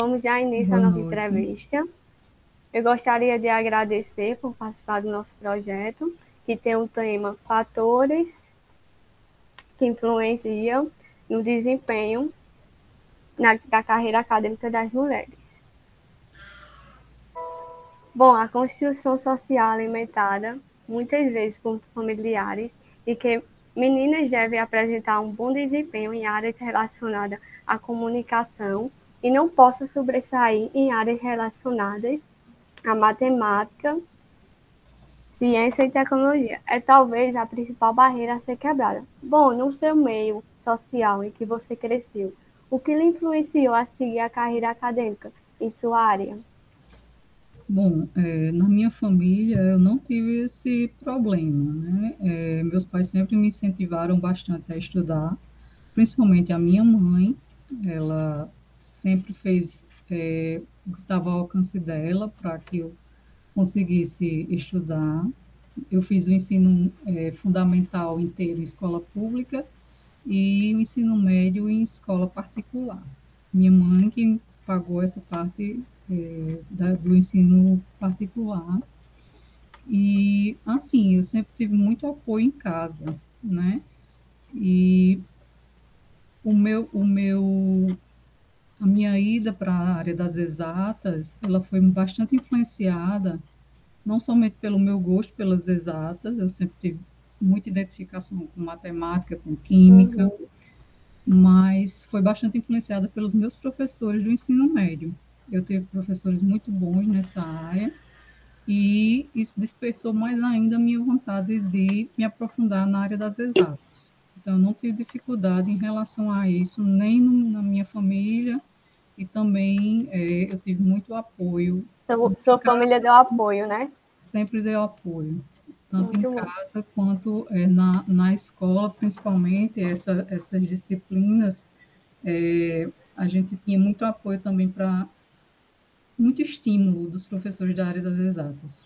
Vamos dar início à Boa nossa noite. entrevista. Eu gostaria de agradecer por participar do nosso projeto, que tem o tema Fatores que influenciam no desempenho da carreira acadêmica das mulheres. Bom, a construção social alimentada, muitas vezes por familiares, e que meninas devem apresentar um bom desempenho em áreas relacionadas à comunicação e não possam sobressair em áreas relacionadas à matemática, ciência e tecnologia. É talvez a principal barreira a ser quebrada. Bom, no seu meio social em que você cresceu, o que lhe influenciou a seguir a carreira acadêmica em sua área? Bom, na minha família eu não tive esse problema, né? Meus pais sempre me incentivaram bastante a estudar, principalmente a minha mãe. Ela sempre fez o que estava ao alcance dela para que eu conseguisse estudar. Eu fiz o ensino fundamental inteiro em escola pública e o ensino médio em escola particular. Minha mãe que pagou essa parte do ensino particular. E, assim, eu sempre tive muito apoio em casa, né? E a minha ida para a área das exatas, ela foi bastante influenciada, não somente pelo meu gosto pelas exatas, eu sempre tive muita identificação com matemática, com química, Uhum. mas foi bastante influenciada pelos meus professores do ensino médio. Eu tive professores muito bons nessa área e isso despertou mais ainda a minha vontade de me aprofundar na área das exatas. Então, eu não tive dificuldade em relação a isso, nem na minha família, e também eu tive muito apoio, tanto em Sua família casa, deu apoio, né? sempre deu apoio, tanto em Muito bom. casa quanto na escola, principalmente essas disciplinas. A gente tinha muito apoio também para muito estímulo dos professores da área das exatas.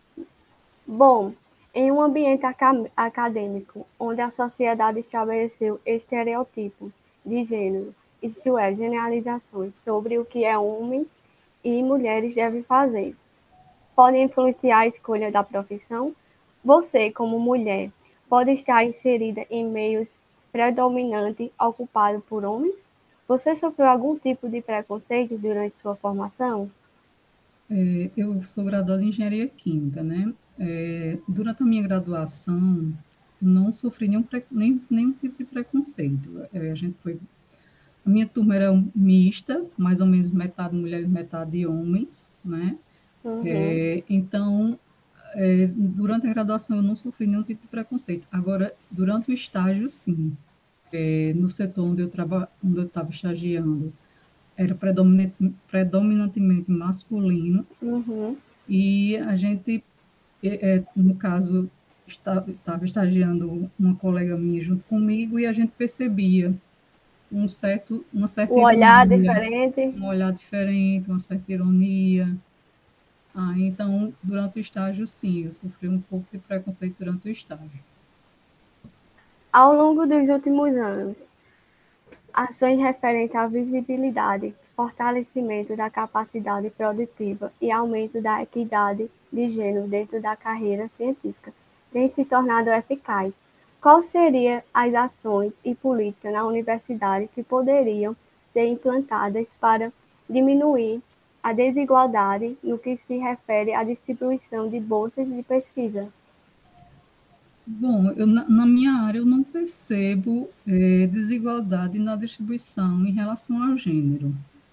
Bom, em um ambiente acadêmico onde a sociedade estabeleceu estereotipos de gênero, isto é, generalizações sobre o que homens e mulheres devem fazer, podem influenciar a escolha da profissão. Você, como mulher, pode estar inserida em meios predominantemente ocupados por homens? Você sofreu algum tipo de preconceito durante sua formação? Eu sou graduada em engenharia química, né? Durante a minha graduação, não sofri nenhum tipo de preconceito. A minha turma era mista, mais ou menos metade mulheres, metade homens, né? Uhum. Então, durante a graduação, eu não sofri nenhum tipo de preconceito. Agora, durante o estágio, sim. No setor onde eu estava estagiando, era predominantemente masculino. Uhum. E a gente, no caso, estava estagiando uma colega minha junto comigo e a gente percebia uma certa O olhar ironia, diferente. um olhar diferente, uma certa ironia. Então, durante o estágio, sim, eu sofri um pouco de preconceito durante o estágio. Ao longo dos últimos anos, ações referentes à visibilidade, fortalecimento da capacidade produtiva e aumento da equidade de gênero dentro da carreira científica têm se tornado eficazes. Quais seriam as ações e políticas na universidade que poderiam ser implantadas para diminuir a desigualdade no que se refere à distribuição de bolsas de pesquisa? Bom, na minha área eu não percebo desigualdade na distribuição em relação ao gênero.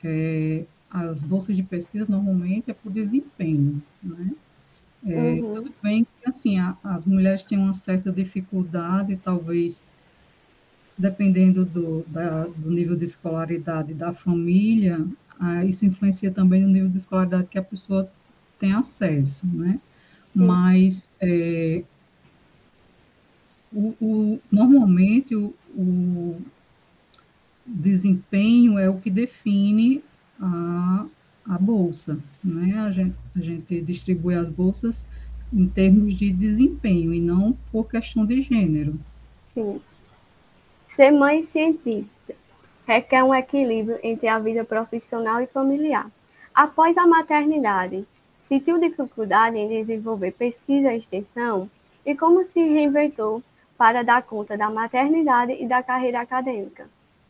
As bolsas de pesquisa normalmente é por desempenho, né? Uhum. Tudo bem que assim as mulheres têm uma certa dificuldade, talvez dependendo do nível de escolaridade da família, isso influencia também no nível de escolaridade que a pessoa tem acesso, né? Sim. Mas normalmente o desempenho é o que define a, a bolsa, né? A gente distribui as bolsas em termos de desempenho e não por questão de gênero. Sim. Ser mãe cientista. requer um equilíbrio entre a vida profissional e familiar. Após a maternidade, sentiu dificuldade em desenvolver pesquisa e extensão e como se reinventou para dar conta da maternidade e da carreira acadêmica.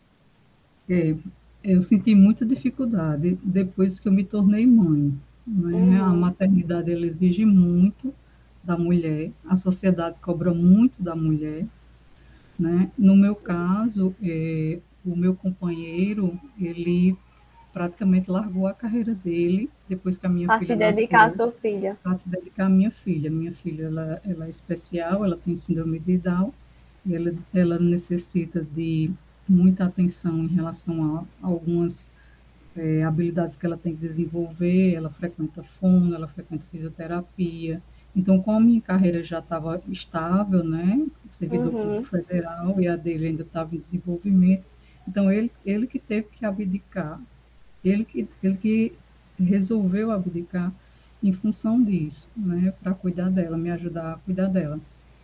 É, eu senti muita dificuldade depois que eu me tornei mãe, né? A Uhum. maternidade ela exige muito da mulher, a sociedade cobra muito da mulher, né? No meu caso, o meu companheiro, ele praticamente largou a carreira dele depois que a minha Para se filha dedicar à nasceu sua filha. para se dedicar à minha filha. Minha filha, ela é especial, ela tem síndrome de Down, e ela necessita de muita atenção em relação a algumas habilidades que ela tem que desenvolver. Ela frequenta fono, ela frequenta fisioterapia. Então, como a minha carreira já estava estável, né, servidor público Uhum. federal, e a dele ainda estava em desenvolvimento, então ele que teve que abdicar, ele que resolveu abdicar em função disso, né, para cuidar dela, me ajudar a cuidar dela.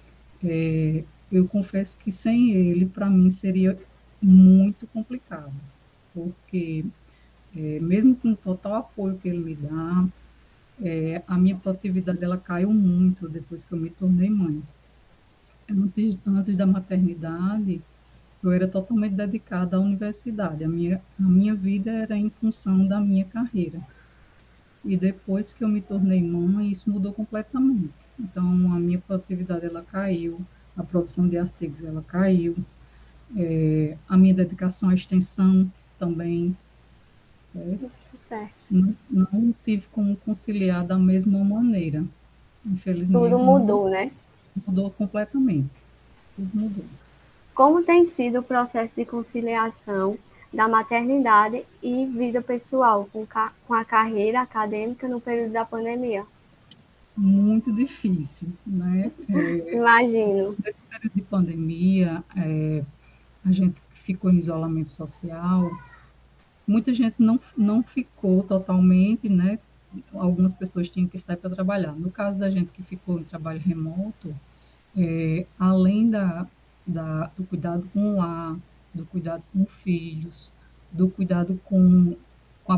Eu confesso que sem ele, para mim, seria muito complicado, porque mesmo com o total apoio que ele me dá, a minha produtividade ela caiu muito depois que eu me tornei mãe. Antes da maternidade, eu era totalmente dedicada à universidade. A minha vida era em função da minha carreira. E depois que eu me tornei mãe, isso mudou completamente. Então, a minha produtividade ela caiu, a produção de artigos ela caiu, a minha dedicação à extensão também, certo? Certo. Não tive como conciliar da mesma maneira. Tudo Infelizmente, não mudou, né? mudou completamente. Tudo mudou. Como tem sido o processo de conciliação da maternidade e vida pessoal com a carreira acadêmica no período da pandemia? Muito difícil, né? Imagino. Nesse período de pandemia, a gente ficou em isolamento social. Muita gente não ficou totalmente, né? Algumas pessoas tinham que sair para trabalhar. No caso da gente que ficou em trabalho remoto, além do cuidado com o lar, do cuidado com filhos, do cuidado com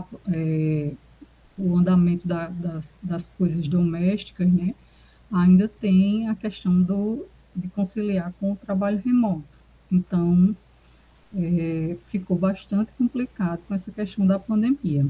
o andamento das coisas domésticas, né? Ainda tem a questão de conciliar com o trabalho remoto. Então, ficou bastante complicado com essa questão da pandemia.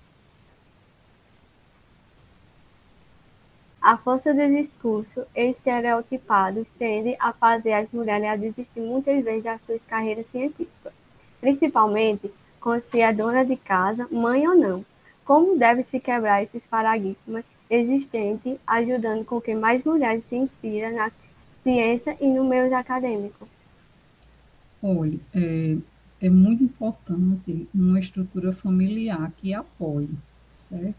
A força do discurso estereotipado tende a fazer as mulheres a desistir muitas vezes das suas carreiras científicas, principalmente quando se é dona de casa, mãe ou não. Como deve-se quebrar esses paradigmas existentes, ajudando com que mais mulheres se insiram na ciência e no meio acadêmico? Olha, é muito importante uma estrutura familiar que apoie, certo?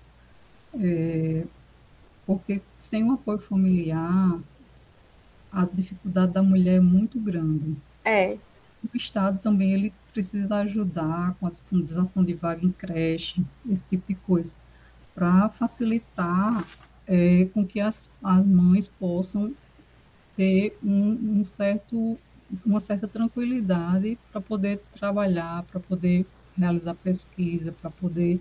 Porque sem o apoio familiar, a dificuldade da mulher é muito grande. É, O Estado também ele precisa ajudar com a disponibilização de vaga em creche, esse tipo de coisa, para facilitar com que as mães possam ter uma certa tranquilidade para poder trabalhar, para poder realizar pesquisa, para poder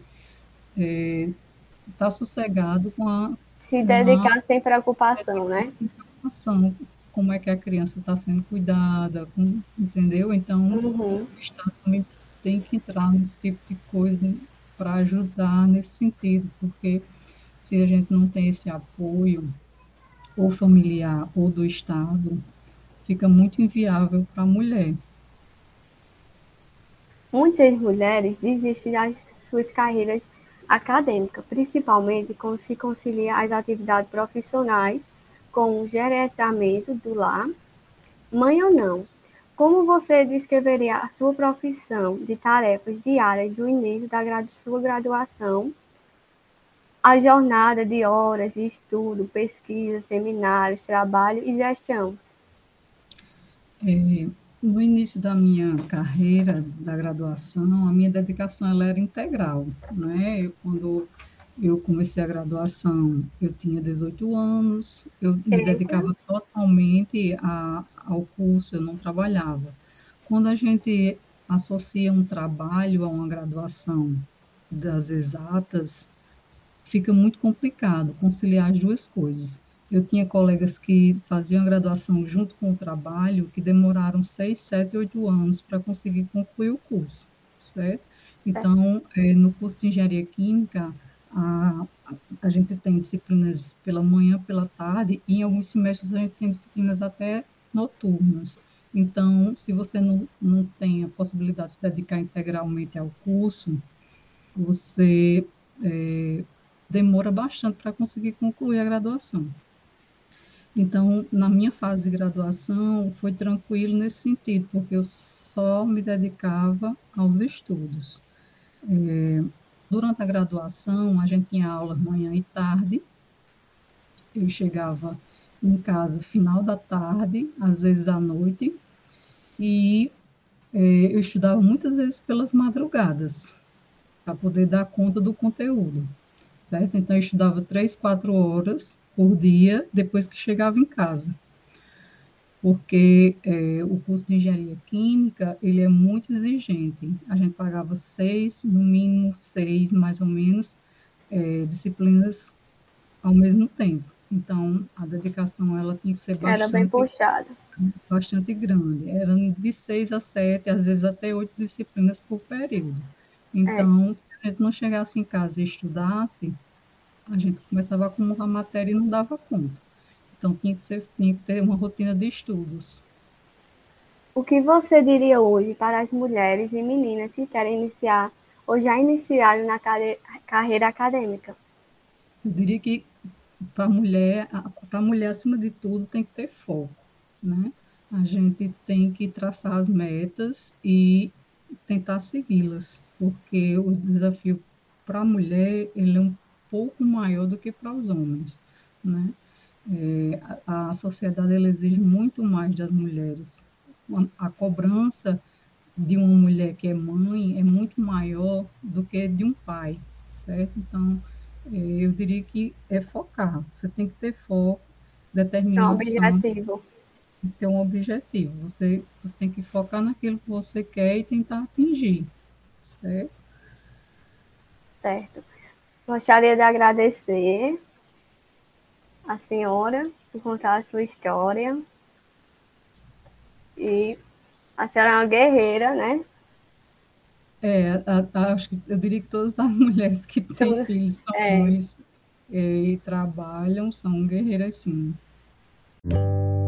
estar sossegado se com a dedicar sem preocupação, né? preocupação, como é que a criança está sendo cuidada, entendeu? Então, Uhum. o Estado também tem que entrar nesse tipo de coisa para ajudar nesse sentido, porque se a gente não tem esse apoio, ou familiar ou do Estado, fica muito inviável para a mulher. Muitas mulheres desistem das suas carreiras acadêmicas, principalmente quando se concilia as atividades profissionais com o gerenciamento do lar, mãe ou não. Como você descreveria a sua profissão de tarefas diárias do início da sua graduação, a jornada de horas de estudo, pesquisa, seminários, trabalho e gestão? É, no início da minha carreira, da graduação, a minha dedicação ela era integral, né? Quando eu comecei a graduação, eu tinha 18 anos, eu me Eita, dedicava totalmente ao curso, eu não trabalhava. Quando a gente associa um trabalho a uma graduação das exatas, fica muito complicado conciliar as duas coisas. Eu tinha colegas que faziam a graduação junto com o trabalho, que demoraram 6, 7, 8 anos para conseguir concluir o curso, certo? Então, no curso de engenharia química, a, a gente tem disciplinas pela manhã, pela tarde, e em alguns semestres a gente tem disciplinas até noturnas. Então, se você não tem a possibilidade de se dedicar integralmente ao curso, você é, demora bastante para conseguir concluir a graduação. Então, na minha fase de graduação, foi tranquilo nesse sentido, porque eu só me dedicava aos estudos. Durante a graduação, a gente tinha aula manhã e tarde. Eu chegava em casa final da tarde, às vezes à noite, e eu estudava muitas vezes pelas madrugadas, para poder dar conta do conteúdo, certo? Então, eu estudava 3, 4 horas por dia depois que chegava em casa, porque o curso de engenharia química, ele é muito exigente. A gente pagava 6, no mínimo 6, mais ou menos, disciplinas ao mesmo tempo. Então, a dedicação ela tinha que ser Era bem bastante, puxado. bastante grande. Eram de 6 a 7, às vezes até 8 disciplinas por período. É. Então, se a gente não chegasse em casa e estudasse, a gente começava a acumular matéria e não dava conta. Então, tinha que ter uma rotina de estudos. O que você diria hoje para as mulheres e meninas que querem iniciar ou já iniciaram na carreira acadêmica? Eu diria que para a mulher, acima de tudo, tem que ter foco, né? A gente tem que traçar as metas e tentar segui-las, porque o desafio para a mulher ele é um pouco maior do que para os homens, né? A sociedade ela exige muito mais das mulheres. A cobrança de uma mulher que é mãe é muito maior do que de um pai, certo? Então, eu diria que é focar. Você tem que ter foco, É um determinação, objetivo, e ter um objetivo. Você tem que focar naquilo que você quer e tentar atingir, certo? certo? Gostaria de agradecer a senhora por contar a sua história. E a senhora é uma guerreira, né? Acho que eu diria que todas as mulheres que têm Então, filhos, são é, mães, e trabalham, são guerreiras, sim.